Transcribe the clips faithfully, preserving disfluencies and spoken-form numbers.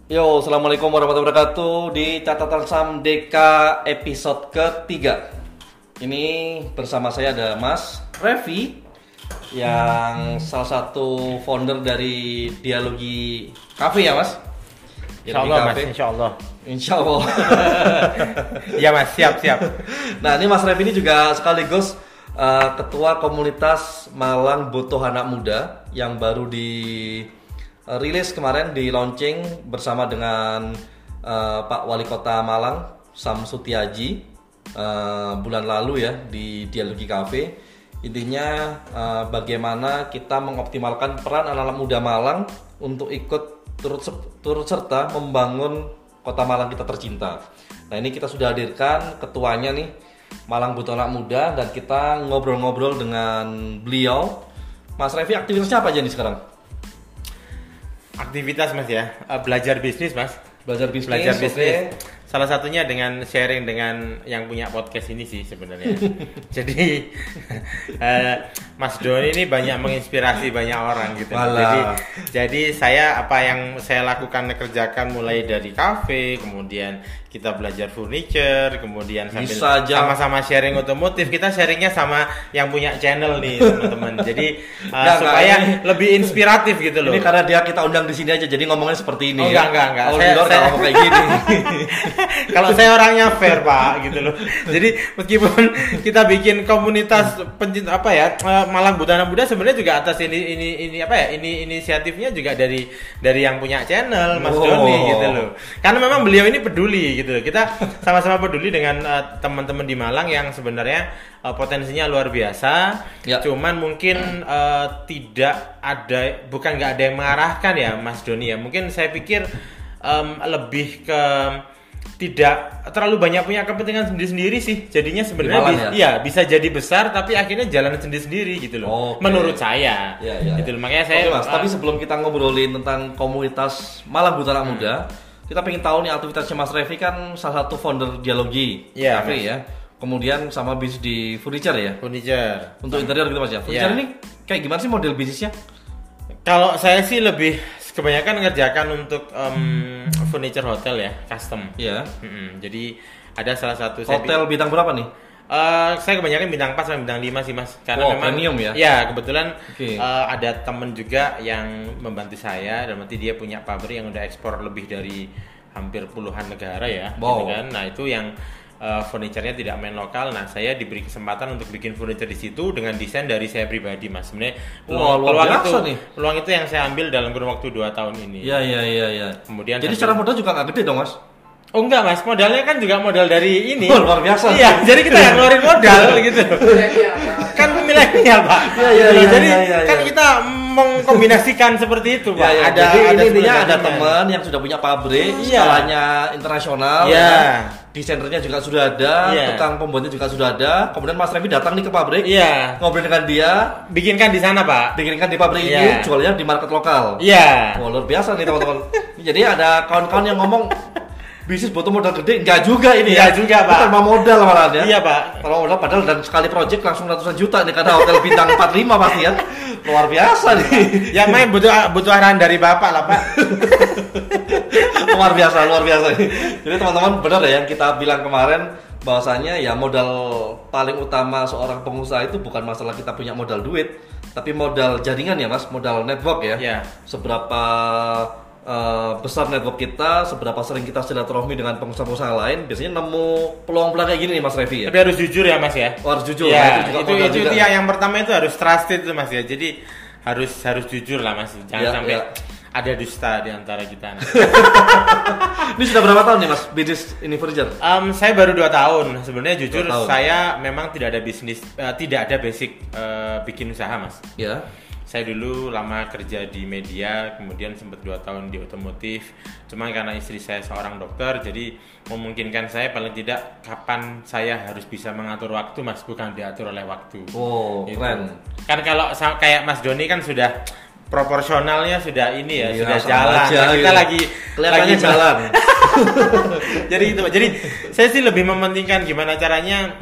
Yo, assalamualaikum warahmatullahi wabarakatuh. Di catatan saham D K episode ketiga. Ini bersama saya ada Mas Revi, yang salah satu founder dari Dialogi Cafe ya Mas. Insya Allah Mas, Insya Allah. Insya Allah. Ya Mas, siap siap. Nah ini Mas Revi ini juga sekaligus uh, ketua komunitas Malang Butuh Anak Muda yang baru di uh, rilis kemarin, di launching bersama dengan uh, Pak Wali Kota Malang Sam Sutiaji uh, bulan lalu ya di Dialogi Cafe. Intinya uh, bagaimana kita mengoptimalkan peran anak-anak muda Malang untuk ikut turut turut serta membangun kota Malang kita tercinta. Nah ini kita sudah hadirkan ketuanya nih, Malang Butuh Anak Muda, dan kita ngobrol-ngobrol dengan beliau. Mas Revi, aktivitasnya apa aja nih sekarang? Aktivitas Mas ya, uh, belajar bisnis Mas. Belajar bisnis. Belajar bisnis. Okay. Salah satunya dengan sharing dengan yang punya podcast ini sih sebenarnya. Jadi uh, Mas Doni ini banyak menginspirasi banyak orang gitu. Walah. Jadi jadi saya apa yang saya lakukan kerjakan mulai dari kafe, kemudian kita belajar furniture, kemudian sambil sama-sama sharing otomotif. Kita sharingnya sama yang punya channel nih teman-teman. Jadi uh, enggak, supaya enggak, lebih inspiratif gitu loh. Ini karena dia kita undang di sini aja, jadi ngomongnya seperti ini. Oh, ya. enggak enggak enggak. Kalau saya, di luar saya... ngomong kayak gini. Kalau saya orangnya fair Pak gitu loh. Jadi meskipun kita bikin komunitas pencinta apa ya, Malang Butuh Anak Muda, sebenarnya juga atas ini ini ini apa ya, ini inisiatifnya juga dari dari yang punya channel Mas oh. Doni gitu loh. Karena memang beliau ini peduli gitu loh. Kita sama-sama peduli dengan uh, teman-teman di Malang yang sebenarnya uh, potensinya luar biasa. Ya. Cuman mungkin uh, tidak ada, bukan nggak ada yang mengarahkan ya Mas Doni ya. Mungkin saya pikir um, lebih ke tidak terlalu banyak punya kepentingan sendiri-sendiri sih. Jadinya sebenarnya bi- ya? Iya, bisa jadi besar tapi akhirnya jalan sendiri-sendiri gitu loh. Okay. Menurut saya. Ya, ya, gitu loh. Makanya saya okay, Mas, uh, tapi sebelum kita ngobrolin tentang komunitas Malang Butuh Anak hmm. Muda, kita pengen tahu nih aktivitasnya Mas Revi. Kan salah satu founder Dialogi ya, Cafe ya. Kemudian sama bisnis di furniture ya. Furniture. Untuk interior gitu Mas ya. Furniture ya. Ini kayak gimana sih model bisnisnya? Kalau saya sih lebih kebanyakan ngerjakan untuk um, furniture hotel ya, custom. Iya. Mm-hmm. Jadi ada salah satu hotel saya, bintang berapa nih? Uh, saya kebanyakan bintang empat sampai bintang lima sih Mas. Karena wow, memang premium ya. Ya, kebetulan okay. uh, ada temen juga yang membantu saya, dan nanti dia punya pabrik yang udah ekspor lebih dari hampir puluhan negara ya. Wow. Gitu kan. Nah, itu yang Uh, furniture-nya tidak main lokal. Nah, saya diberi kesempatan untuk bikin furniture di situ dengan desain dari saya pribadi, Mas. Sebenarnya peluang, wow, peluang itu nih. peluang itu yang saya ambil dalam kurun waktu dua tahun ini. Iya, iya, iya, iya. Kemudian jadi secara modal juga nggak gede dong, Mas? Oh enggak Mas, modalnya kan juga modal dari ini. Oh, luar biasa. Iya, jadi kita yang ngeluarin modal gitu. Kan milenial Pak. Iya, iya, iya. Jadi ya, ya, kan ya. kita mengkombinasikan seperti itu Pak. Ya, ya. Ada jadi ada ini intinya ada teman yang sudah punya pabrik, ya. Skalanya internasional. Iya. Ya. Desainernya juga sudah ada, yeah. tukang pembuatnya juga sudah ada. Kemudian Mas Revi datang nih ke pabrik, yeah. ngobrol dengan dia, bikinkan di sana Pak, bikinkan di pabrik yeah. ini, jualnya di market lokal. Iya. Yeah. Wah, luar biasa nih teman-teman. Jadi ada kawan-kawan yang ngomong bisnis butuh modal gede, enggak juga ini ya. Enggak juga Pak. Tanpa modal malah ya. Iya Pak. Kalau modal padahal dan sekali project langsung ratusan juta nih, karena hotel bintang empat lima pasti ya. Luar biasa nih. Ya main butuh butuh arahan dari Bapak lah Pak. luar biasa, luar biasa. Jadi teman-teman benar ya yang kita bilang kemarin, bahwasanya ya modal paling utama seorang pengusaha itu bukan masalah kita punya modal duit, tapi modal jaringan ya Mas, modal network ya. Yeah. Seberapa uh, besar network kita, seberapa sering kita silaturahmi dengan pengusaha-pengusaha lain, biasanya nemu peluang-peluang kayak gini nih Mas Revi ya. Tapi harus jujur ya Mas ya. Oh, harus jujur. Ya, nah, itu itu itu, itu ya, yang pertama itu harus trusted itu Mas ya. Jadi harus harus jujur lah Mas. Jangan ya, sampai ya. ada dusta di antara kita. Ini sudah berapa tahun nih Mas bisnis ini furniture? Um, saya baru dua tahun. Sebenarnya jujur tahun. saya memang tidak ada bisnis, uh, tidak ada basic uh, bikin usaha Mas. Ya. Saya dulu lama kerja di media, kemudian sempat dua tahun di otomotif. Cuma karena istri saya seorang dokter, jadi memungkinkan saya paling tidak kapan saya harus bisa mengatur waktu Mas, bukan diatur oleh waktu. Oh, gitu. Keren. Kan kalau kayak Mas Doni kan sudah proporsionalnya sudah ini ya, iya, sudah jalan. Aja, nah, kita gitu. lagi lagi jalan. Jadi itu, jadi saya sih lebih mementingkan gimana caranya hmm,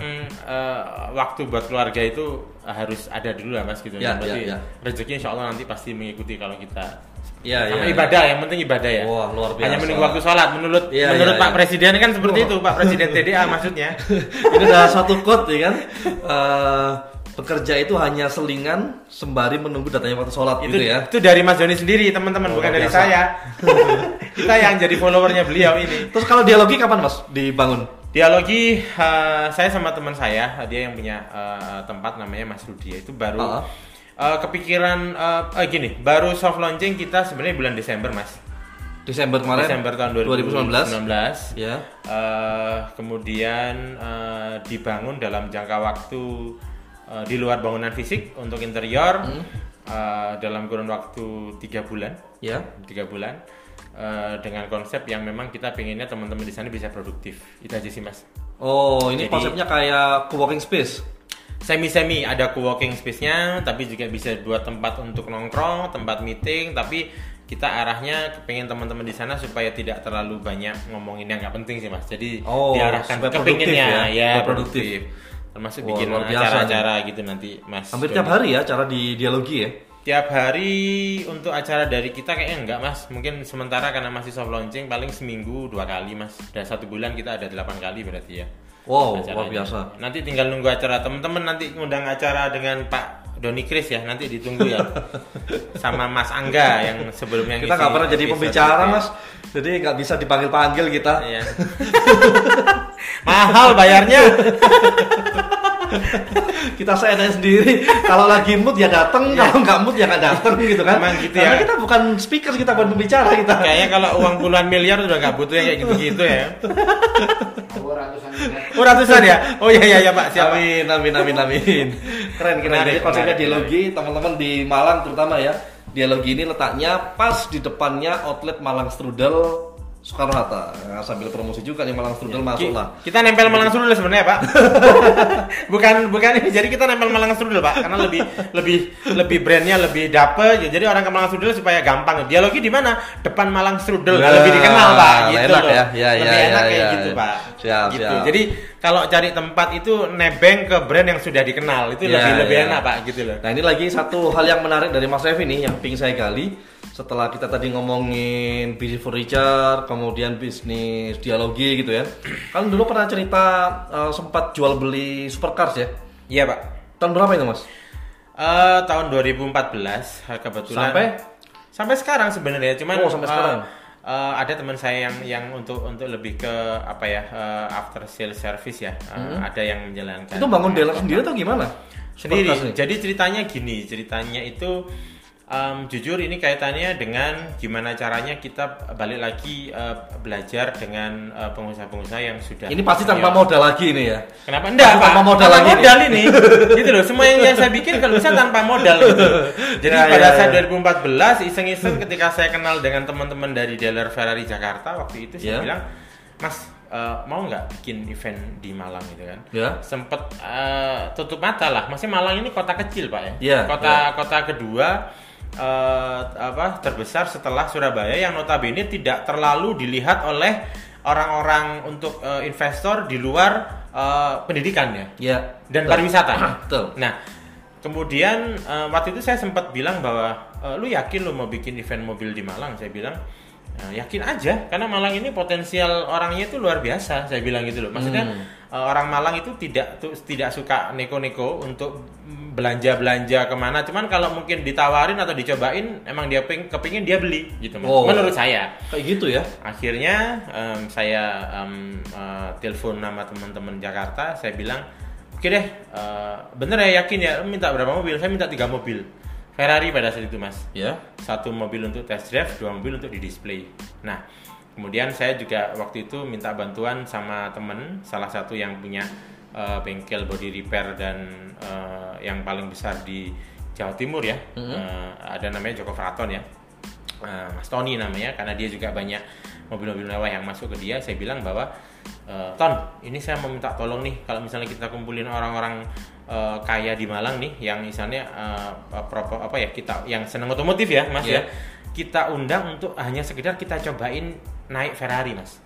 uh, waktu buat keluarga itu harus ada dulu lah Mas gitu. Ya, Berarti ya, ya. rezeki insya Allah nanti pasti mengikuti kalau kita Ya, sama ya, ibadah, yang penting ibadah ya. Wah, luar biasa. Hanya menunggu waktu sholat menurut Ya, menurut ya, Pak ya. Presiden kan seperti Wah. itu, Pak Presiden T D A maksudnya. Ini adalah satu quote ya kan. Uh, bekerja itu hanya selingan sembari menunggu datanya waktu sholat itu, gitu ya. itu dari Mas Joni sendiri teman-teman, Oh, bukan dari biasa. saya. Kita yang jadi followernya beliau ini. Terus kalau dialogi kapan Mas dibangun? Dialogi uh, saya sama teman saya, dia yang punya uh, tempat namanya Mas Rudi, itu baru Uh-huh. uh, kepikiran uh, uh, gini, baru soft launching kita sebenarnya bulan Desember Mas. Desember kemarin. Desember tahun dua ribu sembilan belas. Ya. Uh, kemudian uh, dibangun dalam jangka waktu uh, di luar bangunan fisik untuk interior Hmm. uh, dalam kurun waktu tiga bulan. Ya. Tiga bulan. Uh, dengan konsep yang memang kita pengennya teman-teman di sana bisa produktif. Itu aja sih Mas. Oh, ini Jadi- konsepnya kayak co-working space. Semi-semi, ada co-working space-nya, tapi juga bisa buat tempat untuk nongkrong, tempat meeting, tapi kita arahnya pengen teman-teman di sana supaya tidak terlalu banyak ngomongin yang nggak penting sih Mas. Jadi Oh, diarahkan supaya ke produktif pengennya ya, ya, supaya produktif. produktif. Termasuk Wah, bikin luar biasa acara-acara gitu nanti Mas. Hampir Joni. tiap hari ya cara di dialogi ya. Tiap hari untuk acara dari kita kayaknya enggak Mas. Mungkin sementara karena masih soft launching paling seminggu dua kali Mas. Dan satu bulan kita ada delapan kali berarti ya. Wow, acaranya. luar biasa. Nanti tinggal nunggu acara teman-teman, nanti ngundang acara dengan Pak Doni Kris ya, nanti ditunggu ya. Sama Mas Angga yang sebelumnya Kita ngisi nggak pernah jadi episode pembicara itu ya. Mas, jadi nggak bisa dipanggil-panggil kita. Iya. Mahal bayarnya. Kita seenaknya sendiri. Kalau lagi mood ya datang, kalau nggak mood ya nggak datang gitu kan. Emang gitu Karena ya. kita bukan speaker, kita bukan pembicara kita. Kayaknya kalau uang puluhan miliar udah nggak butuh yang kayak gitu-gitu ya. Oh, ratusan miliar. Oh ratusan ya? Oh iya iya ya Pak, siapa? Amin, amin, amin, amin. Keren, keren. Menarik, Jadi konsepnya menarik, dialogi, teman-teman di Malang terutama ya. Dialogi ini letaknya pas di depannya outlet Malang Strudel Soekarno Hatta. Nah, sambil promosi juga nih Malang Strudel, masuk lah. Kita nempel Malang Strudel sebenarnya Pak. bukan bukan ini. Jadi kita nempel Malang Strudel Pak, karena lebih lebih lebih brandnya lebih dapet. Jadi orang ke Malang Strudel supaya gampang. Dialogi di mana? Depan Malang Strudel. Nah, lebih dikenal Pak. Gitu enak loh. ya. Ya, lebih ya, enak ya, kayak ya, gitu ya. Pak. Siap, gitu. siap. Jadi kalau cari tempat itu nebeng ke brand yang sudah dikenal itu Ya, lebih lebih ya. enak Pak gitu loh. Nah ini lagi satu hal yang menarik dari Mas Revi nih yang ingin saya gali. Setelah kita tadi ngomongin bisnis furniture, kemudian bisnis dialogi gitu ya. Kan dulu pernah cerita uh, sempat jual beli supercars ya. Iya Pak. Tahun berapa itu Mas? Eh, tahun dua ribu empat belas kebetulan Sampai? sampai sekarang sebenarnya cuman Oh, sampai eh, sekarang. eh, ada teman saya yang yang untuk untuk lebih ke apa ya eh, after sales service ya. Eh, ada yang menjalankan Hmm. Itu bangun dealer sendiri atau gimana? sendiri. Supercars nih? Jadi ceritanya gini, ceritanya itu em, jujur ini kaitannya dengan gimana caranya kita balik lagi eh, belajar dengan eh, pengusaha-pengusaha yang sudah Ini pasti tanpa punya- modal lagi nih ya. Kenapa enggak, Tanpa Pak? modal Tanpa lagi modal ini. Gitu loh. Semua yang, yang saya bikin kalau bisa tanpa modal gitu. Jadi Ya, pada ya, saat ya. dua ribu empat belas iseng-iseng ketika saya kenal dengan teman-teman dari dealer Ferrari Jakarta waktu itu saya Ya. bilang, "Mas, eh, mau nggak bikin event di Malang gitu kan?" Ya. Sempet eh, tutup mata lah. Masih Malang ini kota kecil, Pak ya. Ya, Kota kota kedua eh, apa terbesar setelah Surabaya yang notabene tidak terlalu dilihat oleh orang-orang untuk eh, investor di luar eh, pendidikan ya Ya. dan Betul. pariwisata. Betul. Nah, kemudian eh, waktu itu saya sempat bilang bahwa eh, lu yakin lu mau bikin event mobil di Malang? Saya bilang "Eh, yakin aja karena Malang ini potensial orangnya itu luar biasa. Saya bilang gitu loh. Maksudnya Hmm. eh, orang Malang itu tidak tuh, tidak suka neko-neko untuk belanja-belanja kemana. Cuman kalau mungkin ditawarin atau dicobain, emang dia peng, kepingin dia beli gitu. Mas. Oh. Menurut saya. Kayak gitu ya. Akhirnya em, saya em, eh, telepon nama teman-teman Jakarta, saya bilang, oke deh, eh, bener ya yakin ya, lu minta berapa mobil? Saya minta tiga mobil Ferrari pada saat itu Mas. Ya. Satu mobil untuk test drive, dua mobil untuk di display. Nah, kemudian saya juga waktu itu minta bantuan sama temen, salah satu yang punya eh, bengkel body repair dan eh, yang paling besar di Jawa Timur ya. Eh, ada namanya Joko Fraton ya. Uh, Mas Tony namanya, karena dia juga banyak mobil-mobil mewah yang masuk ke dia. Saya bilang bahwa uh, Ton, ini saya mau minta tolong nih, kalau misalnya kita kumpulin orang-orang uh, kaya di Malang nih, yang misalnya uh, pro, apa ya kita yang senang otomotif ya Mas Yeah. ya, kita undang untuk hanya sekedar kita cobain naik Ferrari Mas.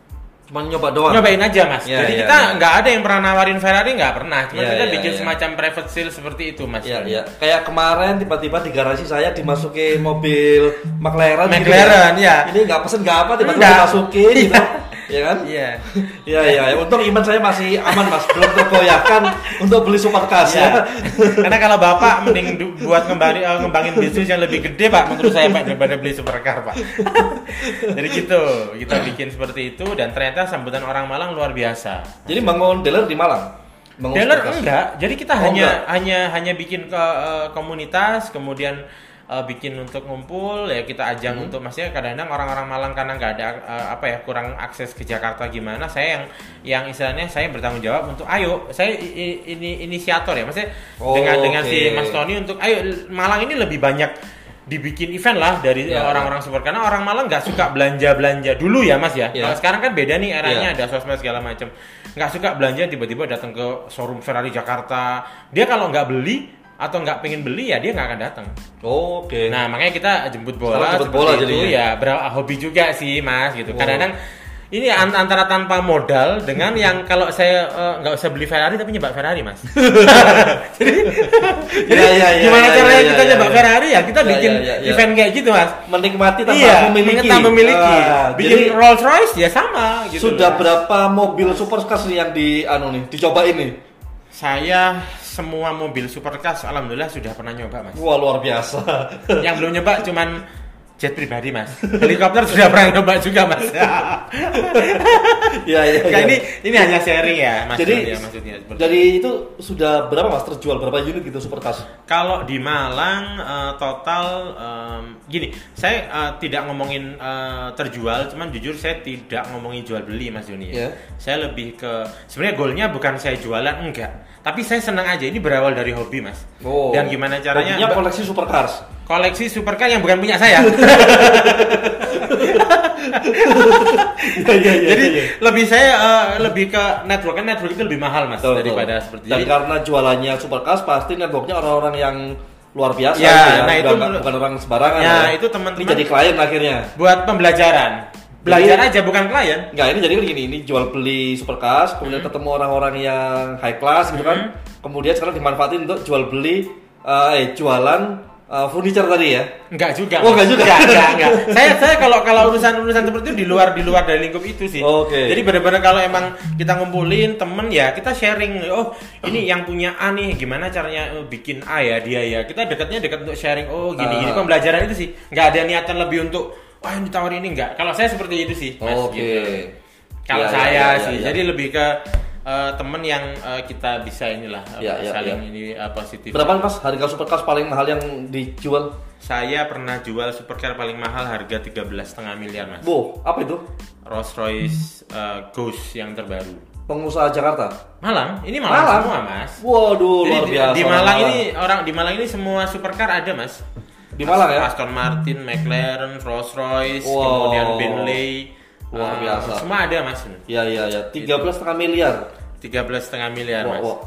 Cuma nyoba doang. Nyobain aja mas. Ya, Jadi ya, kita ya. nggak ada yang pernah nawarin Ferrari, nggak pernah. Cuma Ya, kita ya, bikin ya. semacam private sale seperti itu mas. Iya, iya. Kayak kemarin tiba-tiba di garasi saya dimasukin mobil McLaren. McLaren, gitu ya. Ini nggak pesen nggak apa, tiba-tiba Enggak. dimasukin, gitu. Ya kan? Iya. Iya, iya. Untung iman saya masih aman mas, belum tergoyahkan untuk beli supercars ya. Karena kalau bapak mending du- buat ngembangin uh, ngembangin bisnis yang lebih gede pak, menurut saya pak daripada beli supercar pak. Jadi gitu, kita bikin seperti itu dan ternyata sambutan orang Malang luar biasa. Jadi bangun dealer di Malang. Bangun Dealer supercars. enggak, jadi kita Oh, hanya enggak. hanya hanya bikin ke uh, komunitas, kemudian uh, bikin untuk ngumpul ya kita ajang Hmm. untuk maksudnya kadang-kadang orang-orang Malang karena nggak ada uh, apa ya kurang akses ke Jakarta gimana, saya yang yang istilahnya saya bertanggung jawab untuk ayo saya i- i- ini inisiator ya maksudnya Oh, dengan dengan oke. si Mas Tony untuk ayo Malang ini lebih banyak dibikin event lah dari Ya. uh, orang-orang super karena orang Malang nggak suka belanja-belanja dulu ya Mas ya. Ya. Kalau sekarang kan beda nih Ya. eranya ada sosmed segala macam. Nggak suka belanja tiba-tiba datang ke showroom Ferrari Jakarta. Dia kalau nggak beli atau nggak pengen beli ya dia nggak akan datang. Oh, Oke. Nah makanya kita jemput bola Sekarang jemput seperti bola itu jadinya. ya ber- hobi juga sih Mas gitu. Oh. Kadang-kadang ini an- antara tanpa modal dengan yang kalau saya eh, nggak usah beli Ferrari tapi nyoba Ferrari Mas. Jadi, jadi Ya, ya, ya, gimana ya, caranya ya, kita ya, nyoba ya. Ferrari ya kita Ya, bikin ya, ya, ya. event kayak gitu Mas. Menikmati tanpa Iya, memiliki. tanpa memiliki. Ah, Bikin jadi Rolls Royce ya sama gitu. sudah loh. berapa mobil supercars nih yang di anu nih, dicobain nih? Saya semua mobil supercars alhamdulillah sudah pernah nyoba Mas. Wah, luar biasa. Yang belum nyoba cuman jet pribadi Mas. Helikopter sudah pernah nyoba juga Mas. Iya, iya. Enggak, iya. ini ini hanya sharing ya Mas. Jadi ya, maksudnya seperti dari itu sudah berapa Mas terjual berapa unit gitu supercars? kalau di Malang eh, total em, gini, saya eh, tidak ngomongin eh, terjual, cuman jujur saya tidak ngomongin jual beli Mas Joni. Iya. Ya. Saya lebih ke sebenarnya goalnya bukan saya jualan enggak, tapi saya senang aja ini berawal dari hobi Mas. Oh. Dan gimana caranya? Hobinya Ba- koleksi supercars. koleksi supercar yang bukan punya saya. Iya, iya, iya. Jadi iya. lebih saya eh, lebih ke network kan network itu lebih mahal Mas Betul, daripada betul. seperti Dan jadi karena jualannya supercars pasti networknya orang-orang yang luar biasa Ya, gitu nah Bukan- itu- bukan orang sembarangan. Ya, itu teman-teman- Ini jadi klien akhirnya. buat pembelajaran. Belajar Jadi- aja bukan klien. Enggak, ini jadi begini, ini jual beli supercars, kemudian Hmm. ketemu orang-orang yang high class gitu kan. Kemudian sekarang dimanfaatin untuk jual beli eh, eh jualan eh, furniture tadi ya. Enggak juga. Oh, Mas. enggak juga? Enggak, enggak, enggak. Saya saya kalau kalau urusan-urusan seperti itu di luar di luar dari lingkup itu sih. Oke. Jadi benar-benar kalau emang kita ngumpulin temen ya, kita sharing. Oh, ini yang punya A nih, gimana caranya eh, bikin A ya dia ya. Kita dekatnya dekat untuk sharing. Oh, gini-gini Ah. pembelajaran itu sih. Enggak ada niatan lebih untuk wah ini tawarin ini enggak. Kalau saya seperti itu sih, Mas. Oke. gitu. Kalau Ya, saya ya, ya, sih, ya, ya. jadi lebih ke eh, temen yang eh, kita bisa inilah Ya, apa, ya, saling ya. ini eh, positif. Berapa Mas harga supercars paling mahal yang dijual? Saya pernah jual supercar paling mahal harga tiga belas setengah miliar Mas. Bu, apa itu? Rolls Royce uh, Ghost yang terbaru. Pengusaha Jakarta. Malang, ini Malang, Malang? semua Mas. Waduh, Jadi luar di, biasa. di Malang ini orang di Malang ini semua supercar ada Mas. Di Malang ya? Aston Martin, McLaren, Rolls Royce, Wow. kemudian Bentley, Luar uh, biasa. semua ada Mas. Iya, iya, iya. tiga belas setengah miliar. tiga belas setengah miliar Wah, Mas. wah.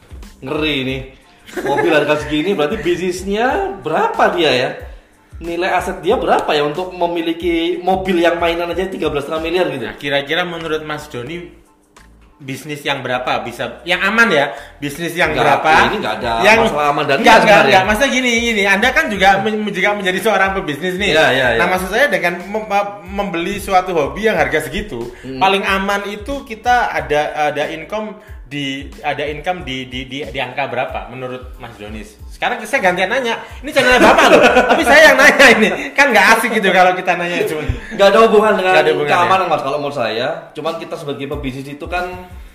Ngeri nih. Mobil harga segini berarti bisnisnya berapa dia ya? Nilai aset dia berapa ya untuk memiliki mobil yang mainan aja tiga belas setengah miliar gitu? Nah, kira-kira menurut Mas Doni bisnis yang berapa bisa yang aman ya? Bisnis yang Nggak, berapa? ini nggak ada yang masalah aman dan nggak, nggak nggak, sebenarnya. nggak. Maksudnya gini gini, Anda kan juga men- juga menjadi seorang pebisnis nih. Iya, iya, iya. Nah, maksud saya dengan mem- membeli suatu hobi yang harga segitu, Hmm. paling aman itu kita ada ada income di ada income di di di, di angka berapa menurut Mas Donis? Sekarang saya gantian nanya. Ini channelnya Bapak loh, tapi saya yang nanya ini. Kan nggak asik gitu kalau kita nanya cuma. Nggak ada hubungan dengan Nggak ada hubungan, keamanan mas kalau menurut saya. Cuman kita sebagai pebisnis itu kan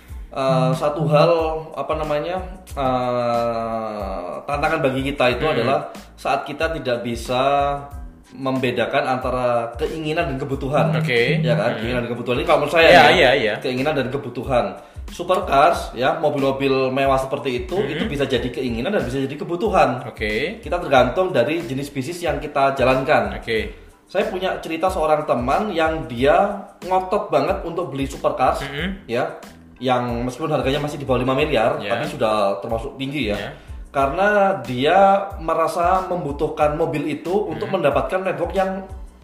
uh, satu hal apa namanya uh, tantangan bagi kita itu Hmm. adalah saat kita tidak bisa membedakan antara keinginan dan kebutuhan. Oke. Ya kan, Hmm. keinginan dan kebutuhan ini kalau menurut saya Iya, ya, iya, iya. keinginan dan kebutuhan. Supercars ya, mobil-mobil mewah seperti itu Hmm. itu bisa jadi keinginan dan bisa jadi kebutuhan. Oke. Kita tergantung dari jenis bisnis yang kita jalankan. Oke. Saya punya cerita seorang teman yang dia ngotot banget untuk beli supercars, Mhm. ya, yang meskipun harganya masih di bawah lima miliar, Ya. tapi sudah termasuk tinggi ya. Ya. Karena dia merasa membutuhkan mobil itu untuk Mhm. mendapatkan network yang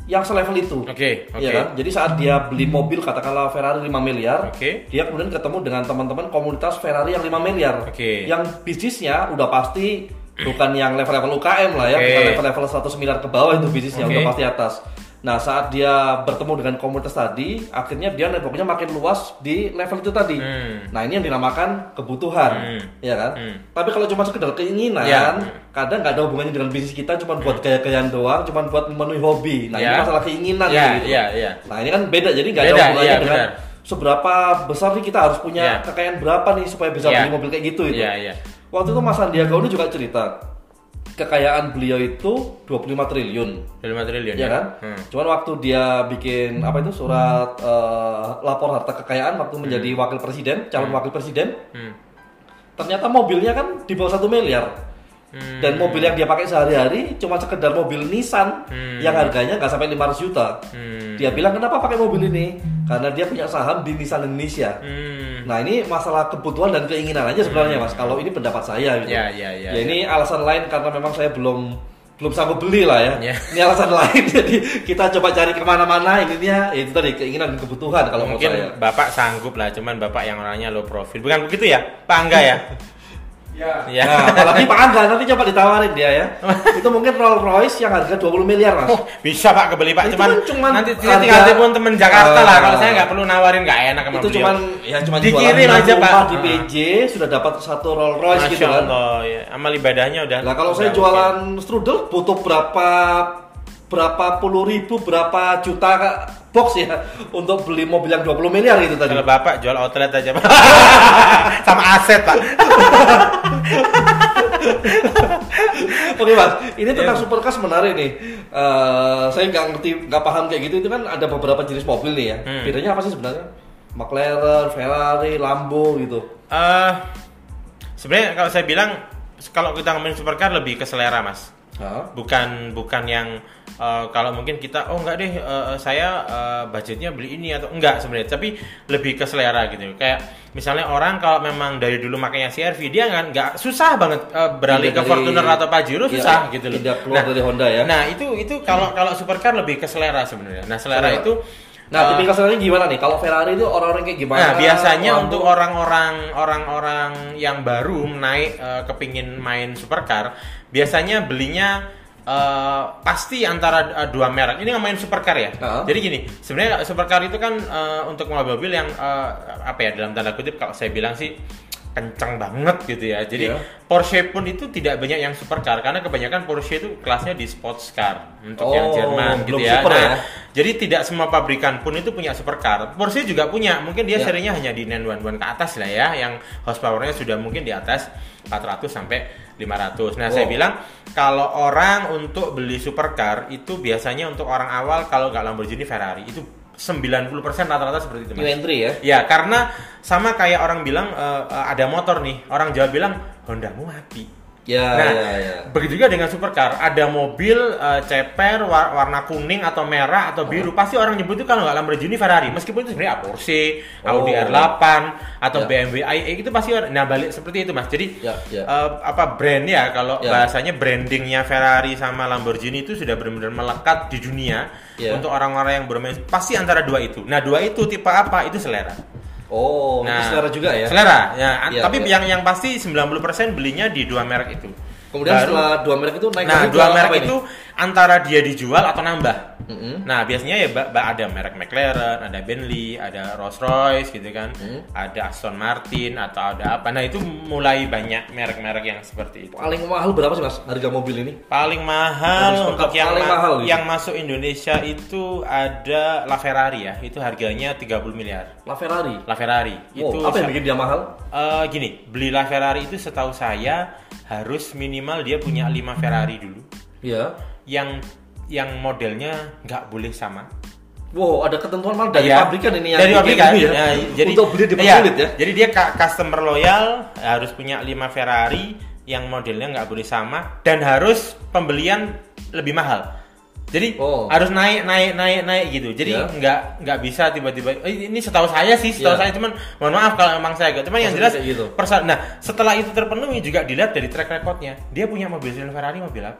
yang selevel itu. Oke, oke. Iya kan? Jadi saat dia beli mobil katakanlah Ferrari lima miliar, Oke. dia kemudian ketemu dengan teman-teman komunitas Ferrari yang lima miliar. Oke. Yang bisnisnya udah pasti bukan yang level-level U K M lah ya, Oke. bukan level-level seratus miliar ke bawah itu bisnisnya, Oke. udah pasti atas. Nah, saat dia bertemu dengan komunitas tadi, akhirnya dia networknya makin luas di level itu tadi. Hmm. Nah, ini yang dinamakan kebutuhan, Hmm. ya kan? Hmm. Tapi kalau cuma sekedar keinginan, Ya. kadang nggak ada hubungannya dengan bisnis kita, cuma buat gaya-gayaan doang, cuma buat memenuhi hobi. Nah, Ya. ini masalah keinginan Ya, gitu. ya, ya. Nah, ini kan beda, jadi nggak ada Beda, hubungannya iya, dengan benar. seberapa besar nih kita harus punya Ya. kekayaan berapa nih supaya bisa Ya. beli mobil kayak gitu itu. Iya, iya. Waktu itu Mas Sandiaga Uno juga cerita kekayaan beliau itu dua puluh lima triliun. lima triliun Ya kan? Hmm. Cuman waktu dia bikin apa itu surat eh, lapor harta kekayaan waktu menjadi wakil presiden, calon wakil presiden, Hmm. ternyata mobilnya kan di bawah satu miliar. Hmm. Dan mobil yang dia pakai sehari-hari cuma sekedar mobil Nissan Hmm. yang harganya nggak sampai lima ratus juta. Hmm. Dia bilang kenapa pakai mobil ini? Karena dia punya saham di Nissan Indonesia. Hmm. Nah, ini masalah kebutuhan dan keinginan aja sebenarnya, Mas. Kalau ini pendapat saya gitu. Ya, ya, ya, Ya, ini alasan lain karena memang saya belum belum sanggup beli lah ya. Ya. Ini alasan lain. Jadi kita coba cari kemana-mana. Intinya ya itu tadi keinginan dan kebutuhan kalau menurut saya. Mungkin Bapak sanggup lah, cuman Bapak yang orangnya low profile. Bukan begitu ya, Pak Angga ya? Ya. Ya. Nah, apalagi Pak Angga nanti coba ditawarin dia ya. Itu mungkin Rolls Royce yang harga dua puluh miliar, Mas. Oh, bisa Pak kebeli Pak, Itu cuman, kan cuman nanti harga- tinggal telepon temen Jakarta lah. Ah. Kalau saya nggak perlu nawarin, nggak enak sama Itu beliau. cuman ya cuma Dikirim jualan aja, rumah Pak. di P J sudah dapat satu Rolls Royce Masya gitu kan. Allah, ya. Amal ibadahnya udah. Nah, kalau saya udah jualan strudel butuh berapa berapa puluh ribu, berapa juta box ya untuk beli mobil yang dua puluh miliar gitu oke. tadi. Kalau Bapak jual outlet aja Pak. Sama aset Pak. Oke Mas, ini tentang Iya. supercars menarik nih. Eh, saya nggak ngerti, nggak paham kayak gitu. Itu kan ada beberapa jenis mobil nih ya. Hmm. Bedanya apa sih sebenarnya? McLaren, Ferrari, Lambo gitu. Eh, sebenarnya kalau saya bilang kalau kita ngomongin supercar lebih ke selera Mas. Hah? bukan bukan yang uh, kalau mungkin kita oh enggak deh uh, saya uh, budgetnya beli ini atau enggak sebenarnya, tapi lebih ke selera gitu. Kayak misalnya orang kalau memang dari dulu makanya C R V, dia kan nggak susah banget uh, beralih Pindah ke dari- Fortuner atau Pajero, susah Iya, gitu loh. pindah keluar dari Honda ya. Nah itu itu kalau kalau supercar lebih ke selera sebenarnya. Nah selera Selera. itu Nah, uh, tipikal seleranya gimana nih? Kalau Ferrari itu orang-orang kayak gimana? Nah, biasanya Lambo- untuk orang-orang orang-orang yang baru naik uh, kepingin main supercar, biasanya belinya uh, pasti antara uh, dua merek. Ini ngomongin supercar ya. Uh-huh. Jadi gini, sebenarnya supercar itu kan uh, untuk mobil-mobil yang uh, apa ya, dalam tanda kutip kalau saya bilang sih kencang banget gitu ya. Jadi Iya. Porsche pun itu tidak banyak yang supercar karena kebanyakan Porsche itu kelasnya di sports car untuk Oh, yang Jerman gitu belum ya. super Nah, ya. jadi tidak semua pabrikan pun itu punya supercar. Porsche juga punya, mungkin dia Ya. serinya hanya di sembilan satu satu ke atas lah ya, yang horsepower-nya sudah mungkin di atas empat ratus sampai lima ratus. Nah, Wow. saya bilang kalau orang untuk beli supercar itu biasanya untuk orang awal, kalau nggak Lamborghini, Ferrari, itu sembilan puluh persen rata-rata seperti itu, Mas. New entry ya. Ya, karena sama kayak orang bilang eh, eh, ada motor nih, orang Jawa bilang Hondamu mati. Ya, Nah, ya, ya. begitu juga dengan supercar. Ada mobil uh, ceper war- warna kuning atau merah atau biru, pasti orang nyebut itu kalau nggak Lamborghini, Ferrari. Meskipun itu sebenarnya Porsche, Audi Oh. R delapan atau Ya. B M W i e itu pasti orang. Nah, balik seperti itu, Mas. Jadi Ya, ya. uh, apa brand ya, kalau Ya. bahasanya brandingnya Ferrari sama Lamborghini itu sudah benar-benar melekat di dunia. Ya. Untuk orang-orang yang bermain pasti antara dua itu. Nah, dua itu tipe apa? Itu selera. Oh, itu selera juga ya. Selera, ya. Ya, Tapi ya. yang yang pasti sembilan puluh persen belinya di dua merek itu. Kemudian Baru- setelah dua merek itu naik Nah, lagi dua ke merek apa ini? itu antara dia dijual atau nambah. Mm-mm. Nah, biasanya ya ba- ba- ada merek McLaren, ada Bentley, ada Rolls Royce gitu kan. Hmm. Ada Aston Martin atau ada apa. Nah, itu mulai banyak merek-merek yang seperti itu. Paling mahal berapa sih Mas harga mobil ini? Paling Harus mahal untuk yang paling ma- mahal gitu. yang masuk Indonesia itu ada LaFerrari ya. Itu harganya tiga puluh miliar. LaFerrari. LaFerrari. Wow, Itu apa yang sa- bikin dia mahal? Eh, gini, beli LaFerrari itu setahu saya harus minimal dia punya lima Ferrari dulu. Iya. Yang yang modelnya nggak boleh sama. Wow, ada ketentuan malah dari Iya. pabrikan ini yang dari bikin pabrikan ini ya. ya, jadi untuk beli dipersulit iya, ya. Jadi dia ka- customer loyal, harus punya lima Ferrari yang modelnya nggak boleh sama dan harus pembelian lebih mahal. Jadi Oh. harus naik naik naik naik gitu. Jadi Iya. nggak nggak bisa tiba-tiba. Eh, ini setahu saya sih, setahu Iya. saya cuman mohon maaf kalau emang saya gak. Cuman yang Maksudnya jelas kayak gitu. persa- Nah, setelah itu terpenuhi juga dilihat dari track recordnya. Dia punya mobil Ferrari, mobil apa?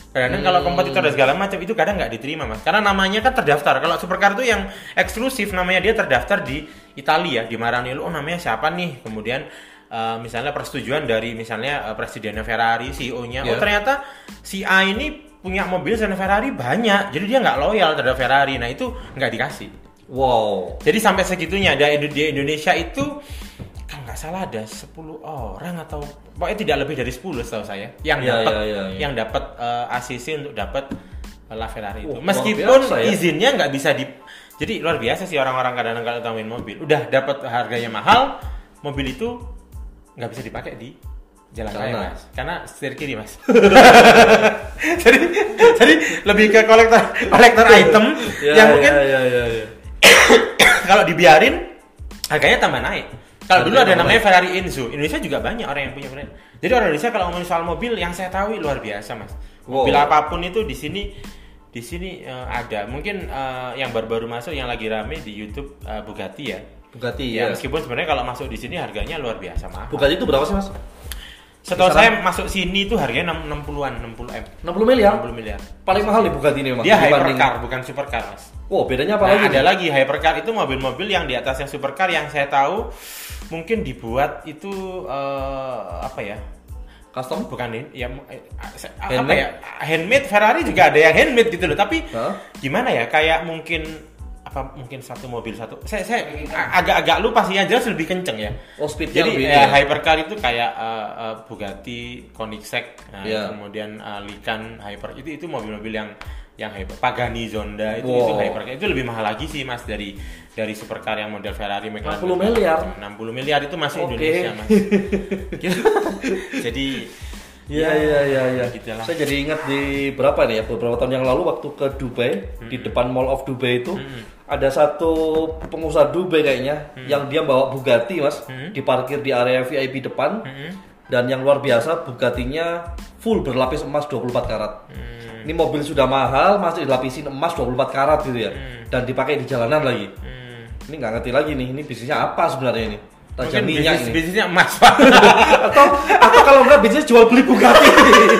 Kadang-kadang kalau kompetitor dan segala macam itu kadang nggak diterima mas, karena namanya kan terdaftar. Kalau supercar itu yang eksklusif, namanya dia terdaftar di Italia, di Maranello. Oh namanya siapa nih? Kemudian uh, misalnya persetujuan dari misalnya uh, presidennya Ferrari, C E O-nya. Yeah. Oh ternyata si A ini punya mobil dan Ferrari banyak, jadi dia nggak loyal terhadap Ferrari. Nah itu nggak dikasih. Wow. Jadi sampai segitunya. Ada di Indonesia itu kan nggak salah ada sepuluh orang atau pokoknya tidak lebih dari sepuluh setahu saya yang yeah, dapat yeah, yeah, yeah. yang dapat uh, A C C untuk dapat uh, LaFerrari itu. Oh, meskipun biasa, ya? izinnya nggak bisa di, jadi luar biasa sih orang-orang kadang-kadang kalau tamuin mobil udah dapat harganya mahal, mobil itu nggak bisa dipakai di jalan raya mas, karena setir kiri mas. jadi jadi lebih ke kolektor kolektor item yeah, yang mungkin yeah, yeah, yeah. kalau dibiarin harganya tambah naik. Kalau dulu ada namanya Ferrari Enzo, Indonesia juga banyak orang yang punya Ferrari. Jadi orang Indonesia kalau ngomongin soal mobil yang saya tahu luar biasa mas. Mobil wow. apapun itu di sini di sini uh, ada. Mungkin uh, yang baru-baru masuk yang lagi rame di YouTube uh, Bugatti ya. Bugatti ya. ya. Meskipun sebenarnya kalau masuk di sini harganya luar biasa mahal. Bugatti itu berapa sih mas? Setelah saya masuk sini itu harganya enam puluhan, enam puluh M. enam puluh miliar? enam puluh miliar. Paling mahal di Bugatti ini mas. Dia hypercar bukan supercar mas. Wow, bedanya apa nah, lagi? Ada lagi hypercar itu mobil-mobil yang di atasnya supercar yang saya tahu mungkin dibuat itu uh, apa ya? Custom? Bukan ini, ya handmade? Apa ya? Handmade. Ferrari juga ada yang handmade gitu loh. Tapi huh? gimana ya? Kayak mungkin apa? Mungkin satu mobil satu. Saya saya agak-agak lupa sih, yang jelas lebih kenceng ya. Oh, speednya jadi lebih ya, ya. hypercar itu kayak uh, uh, Bugatti, Koenigsegg, nah, yeah. kemudian uh, Lykan, Hyper itu itu mobil-mobil yang yang hyper. Pagani Zonda itu wow. itu hypercar itu lebih mahal lagi sih mas dari dari supercar yang model Ferrari McLaren. enam puluh miliar. enam puluh miliar itu masih okay. Indonesia mas. Jadi Iya iya iya ya. Gitulah. Saya jadi ingat di berapa nih ya, beberapa tahun yang lalu waktu ke Dubai, hmm. di depan Mall of Dubai itu hmm. ada satu pengusaha Dubai kayaknya hmm. yang dia bawa Bugatti mas, hmm. diparkir di area V I P depan. Hmm. Dan yang luar biasa Bugattinya full berlapis emas dua puluh empat karat. Hmm. Ini mobil sudah mahal masih dilapisin emas dua puluh empat karat gitu ya. Hmm. Dan dipakai di jalanan lagi. Hmm. Ini nggak ngerti lagi nih, ini bisnisnya apa sebenarnya ini? Raja minyak bisnis, ini. Bisnisnya emas pak. atau atau kalau enggak bisnis jual beli Bugatti.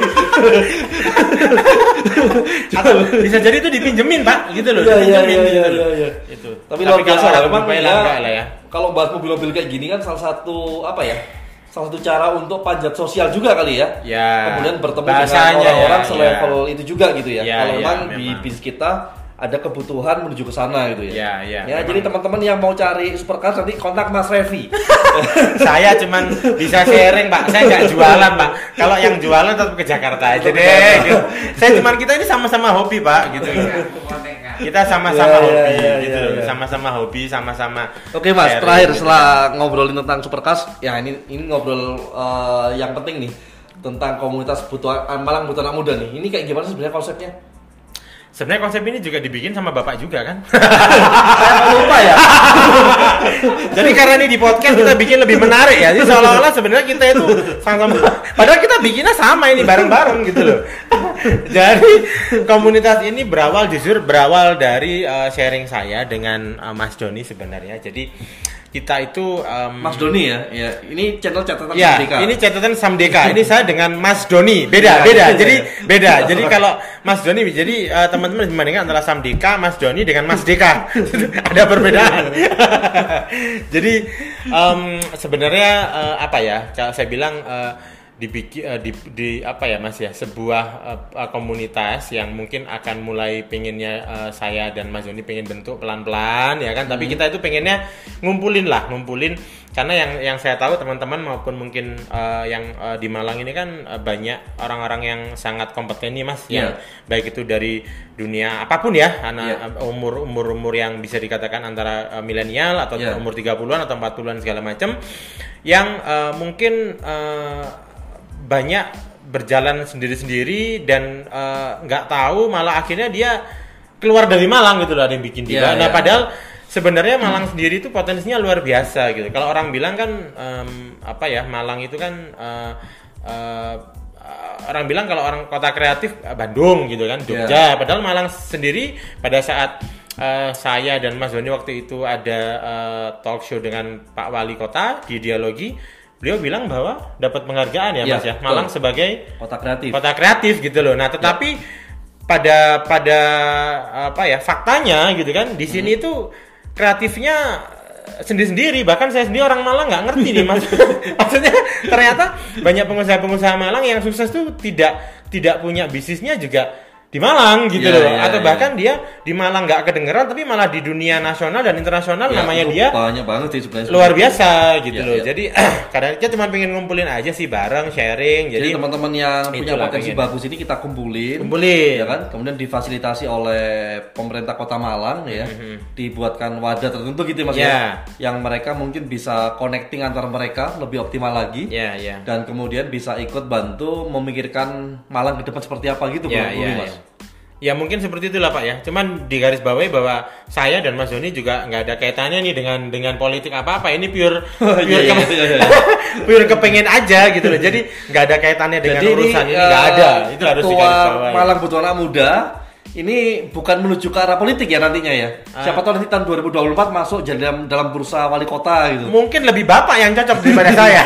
Atau bisa jadi itu dipinjemin pak, gitu loh. Iya iya gitu iya loh. iya. Itu. Tapi luar biasa lah memang ya, ya. Kalau bahas mobil-mobil kayak gini kan salah satu apa ya? Salah satu cara untuk panjat sosial juga kali ya. Ya. Kemudian bertemu Bahasanya dengan orang-orang ya, selevel ya. itu juga gitu ya. Ya, kalau ya, memang memang. di bisnis kita ada kebutuhan menuju ke sana gitu ya. Ya, ya. Ya, jadi teman-teman yang mau cari supercar nanti kontak Mas Revi. Saya cuman bisa sharing, Pak. Saya nggak jualan, Pak. Kalau yang jualan tetap ke Jakarta aja deh. Gitu. Saya cuman kita ini sama-sama hobi, Pak, gitu. Kita sama-sama ya, hobi ya, ya, gitu. Ya, ya. Sama-sama hobi, sama-sama. Oke, Mas, terakhir gitu. Setelah ngobrolin tentang supercars, ya ini ini ngobrol uh, yang penting nih tentang komunitas butuh Malang Butuh Anak Muda nih. Ini kayak gimana sih sebenarnya konsepnya? Sebenarnya konsep ini juga dibikin sama bapak juga kan? Saya lupa ya. Jadi karena ini di podcast kita bikin lebih menarik ya. Jadi seolah-olah sebenarnya kita itu sama-sama. Padahal kita bikinnya sama ini bareng-bareng gitu loh. Jadi komunitas ini berawal jujur berawal dari uh, sharing saya dengan uh, Mas Doni sebenarnya. Jadi kita itu um, Mas Doni ya, ya. Ini channel catatan ya, Samdeka. Ini catatan Samdeka. Ini saya dengan Mas Doni. Beda, beda. Jadi beda. Jadi kalau Mas Doni, jadi uh, teman-teman membandingkan antara Samdeka, Mas Doni dengan Mas Deka. Ada perbedaan. Jadi um, sebenarnya uh, apa ya? Kalau saya bilang uh, dibikin uh, di, di apa ya Mas ya, sebuah uh, komunitas yang mungkin akan mulai pengennya uh, saya dan Mas Doni pengen bentuk pelan-pelan ya kan, hmm. tapi kita itu pengennya ngumpulin lah, ngumpulin karena yang yang saya tahu teman-teman maupun mungkin uh, yang uh, di Malang ini kan uh, banyak orang-orang yang sangat kompeten nih Mas, yeah. yang baik itu dari dunia apapun ya, anak yeah. umur umur umur yang bisa dikatakan antara uh, milenial atau yeah. umur tiga puluhan atau empat puluhan segala macam yang uh, mungkin uh, banyak berjalan sendiri-sendiri dan nggak uh, tahu malah akhirnya dia keluar dari Malang gitu loh, ada yang bikin dia. Yeah, nah yeah. padahal sebenarnya Malang hmm. sendiri itu potensinya luar biasa gitu. Kalau orang bilang kan um, apa ya Malang itu kan uh, uh, orang bilang kalau orang kota kreatif Bandung gitu kan, Jogja. Yeah. Padahal Malang sendiri pada saat uh, saya dan Mas Doni waktu itu ada uh, talk show dengan Pak Wali Kota di Dialogi. beliau bilang bahwa dapat penghargaan ya, Ya, Mas ya, betul. Malang sebagai Kota kreatif. kota kreatif gitu loh. Nah, tetapi pada pada apa ya faktanya gitu kan di sini Hmm. itu kreatifnya sendiri-sendiri, bahkan saya sendiri orang Malang nggak ngerti nih Mas. Maksudnya ternyata banyak pengusaha-pengusaha Malang yang sukses tuh tidak tidak punya bisnisnya juga di Malang gitu Ya, loh, ya, atau ya. bahkan dia di Malang nggak kedengeran tapi malah di dunia nasional dan internasional Ya, namanya itu dia banyak banget sih sebenarnya. luar biasa gitu Ya, loh. ya. Jadi kadang kita cuma pengen ngumpulin aja sih bareng sharing. Jadi Jadi, teman-teman yang punya itulah potensi pengen. bagus ini kita kumpulin, Kumpulin. ya kan? Kemudian difasilitasi oleh pemerintah Kota Malang, ya, dibuatkan wadah tertentu gitu, Mas, Ya. ya, yang mereka mungkin bisa connecting antar mereka lebih optimal lagi, ya ya. dan kemudian bisa ikut bantu memikirkan Malang ke depan seperti apa gitu, Ya, kurang ya, lebih, Mas. ya. Ya mungkin seperti itulah Pak ya. Cuman di garis bawahi bahwa saya dan Mas Doni juga nggak ada kaitannya nih dengan dengan politik apa apa. Ini pure pure, Iya, iya, ke- iya, iya. pure kepengen aja gitu loh. Jadi nggak ada kaitannya dengan Jadi urusan ini eh, nggak ada. Itu harus Ketua digaris bawahi. Malang Butuh Anak Muda ini bukan menuju ke arah politik ya nantinya ya. Ah. Siapa tahu nanti tahun dua ribu dua puluh empat masuk jadi dalam, dalam bursa wali kota gitu. Mungkin lebih bapak yang cocok daripada saya.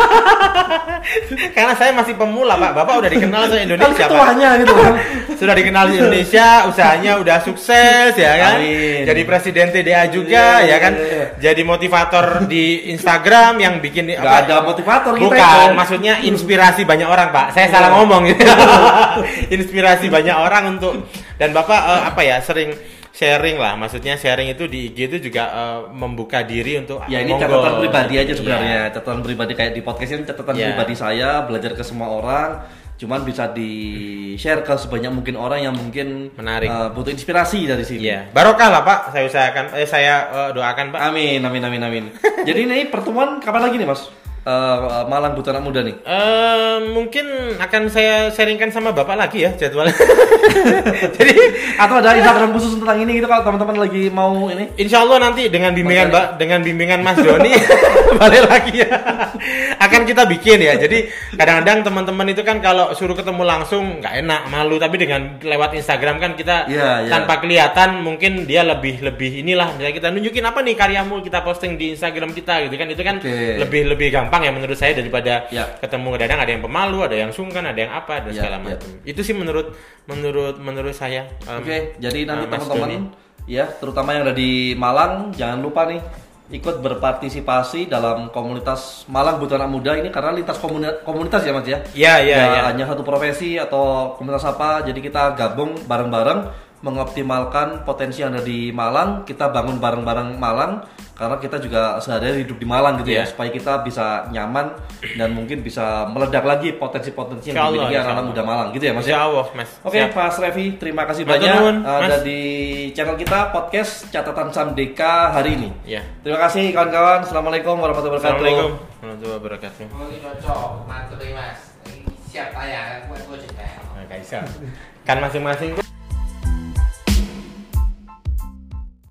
Karena saya masih pemula Pak. Bapak udah dikenal se Kan Indonesia Pak. ketuanya gitu kan. Sudah dikenal di Indonesia, usahanya udah sukses ya kan. Amin. Jadi presiden T D A juga Iya, ya kan. iya, iya. Jadi motivator di Instagram yang bikin Gak ada motivator kita Bukan, itu. maksudnya inspirasi banyak orang, Pak. Saya Iya. salah ngomong gitu. Inspirasi banyak orang untuk dan Bapak eh, apa ya, sering sharing lah. Maksudnya sharing itu di I G itu juga eh, membuka diri untuk Ya ini monggo. catatan pribadi aja Iya. sebenarnya. Catatan pribadi kayak di podcast ini catatan Iya. pribadi saya, belajar ke semua orang. Cuman bisa di-share ke sebanyak mungkin orang yang mungkin Menarik. eh, butuh inspirasi dari sini. Iya, barokah lah Pak. Saya usahakan, eh, saya eh, doakan Pak. Amin, amin, amin, amin. Jadi ini pertemuan kapan lagi nih, Mas? Eh, Malang Butuh Anak Muda nih. Eh, mungkin akan saya sharingkan sama Bapak lagi ya jadwalnya. Jadi Atau ada Instagram khusus tentang ini gitu kalau teman-teman lagi mau ini. Insya Allah nanti dengan bimbingan Mas Mbak, dengan bimbingan Mas Doni balik lagi ya. Akan kita bikin ya. Jadi kadang-kadang teman-teman itu kan kalau suruh ketemu langsung nggak enak, malu. Tapi dengan lewat Instagram kan kita Iya, iya. tanpa kelihatan mungkin dia lebih lebih inilah. Misalnya kita nunjukin apa nih karyamu, kita posting di Instagram kita gitu kan. Itu kan Oke. lebih lebih gampang ya menurut saya daripada Ya. ketemu kadang ada yang pemalu, ada yang sungkan, ada yang apa dan Ya, segala ya. macam. Itu sih menurut menurut menurut saya. Em, Oke, jadi nanti eh, Mas teman-teman ya, terutama yang ada di Malang, jangan lupa nih ikut berpartisipasi dalam komunitas Malang Butuh Anak Muda ini karena lintas komuni- komunitas ya Mas ya. Ya, ya, Nggak ya. hanya satu profesi atau komunitas apa, jadi kita gabung bareng-bareng mengoptimalkan potensi yang ada di Malang, kita bangun bareng-bareng Malang karena kita juga sehari-hari hidup di Malang gitu ya, Iya. supaya kita bisa nyaman dan mungkin bisa meledak lagi potensi-potensi yang Insya Allah, dimiliki insya anak-anak Allah. muda Malang gitu ya Mas. Insya Allah, Mas. Oke, Siap. Mas Revi, terima kasih Matur banyak nuwun, uh, ada Mas. di channel kita podcast Catatan Samdeka hari ini. Ya. Terima kasih kawan-kawan. Assalamualaikum warahmatullahi wabarakatuh. Assalamualaikum warahmatullahi wabarakatuh. Oh ini cocok, mantap nih mas. Ini siap tayang, gue gue cerita. Nah, Kaisa. Kan masing-masing